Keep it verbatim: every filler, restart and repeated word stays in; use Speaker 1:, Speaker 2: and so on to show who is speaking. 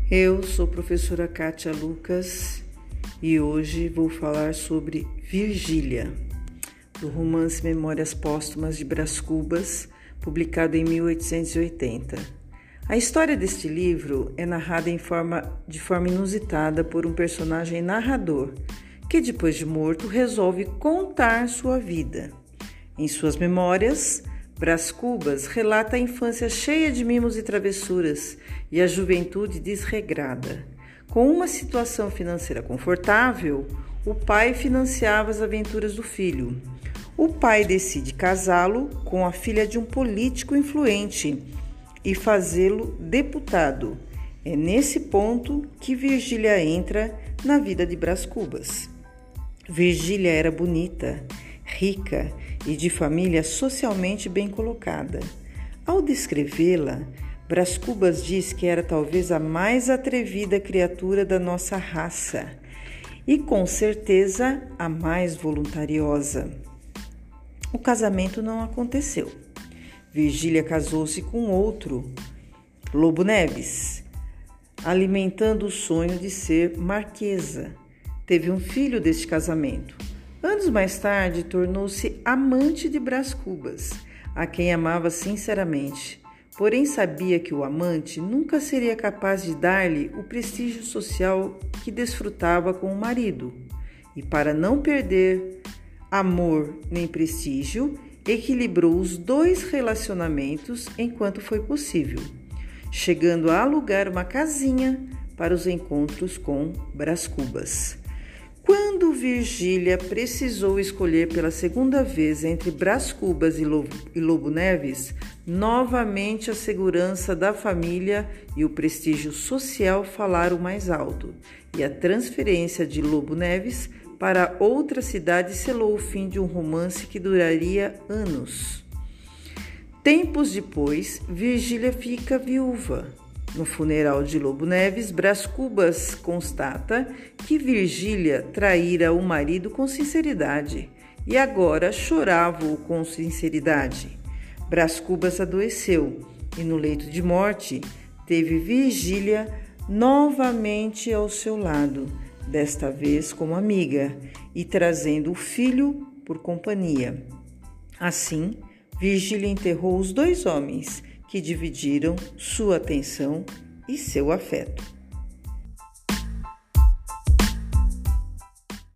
Speaker 1: Eu sou a professora Kátia Lucas e hoje vou falar sobre Virgília, do romance Memórias Póstumas de Brás Cubas, publicado em mil oitocentos e oitenta. A história deste livro é narrada em forma, de forma inusitada por um personagem narrador, que depois de morto resolve contar sua vida. Em suas memórias, Brás Cubas relata a infância cheia de mimos e travessuras e a juventude desregrada. Com uma situação financeira confortável, o pai financiava as aventuras do filho. O pai decide casá-lo com a filha de um político influente e fazê-lo deputado. É nesse ponto que Virgília entra na vida de Brás Cubas. Virgília era bonita, rica e de família socialmente bem colocada. Ao descrevê-la, Brás Cubas diz que era talvez a mais atrevida criatura da nossa raça e, com certeza, a mais voluntariosa. O casamento não aconteceu. Virgília casou-se com outro, Lobo Neves, alimentando o sonho de ser marquesa. Teve um filho deste casamento. Anos mais tarde, tornou-se amante de Brás Cubas, a quem amava sinceramente. Porém, sabia que o amante nunca seria capaz de dar-lhe o prestígio social que desfrutava com o marido. E para não perder amor nem prestígio, equilibrou os dois relacionamentos enquanto foi possível, chegando a alugar uma casinha para os encontros com Brás Cubas. Quando Virgília precisou escolher pela segunda vez entre Brás Cubas e Lobo, e Lobo Neves, novamente a segurança da família e o prestígio social falaram mais alto, e a transferência de Lobo Neves para outra cidade selou o fim de um romance que duraria anos. Tempos depois, Virgília fica viúva. No funeral de Lobo Neves, Brás Cubas constata que Virgília traíra o marido com sinceridade e agora chorava-o com sinceridade. Brás Cubas adoeceu e no leito de morte teve Virgília novamente ao seu lado, desta vez como amiga e trazendo o filho por companhia. Assim, Virgília enterrou os dois homens que dividiram sua atenção e seu afeto.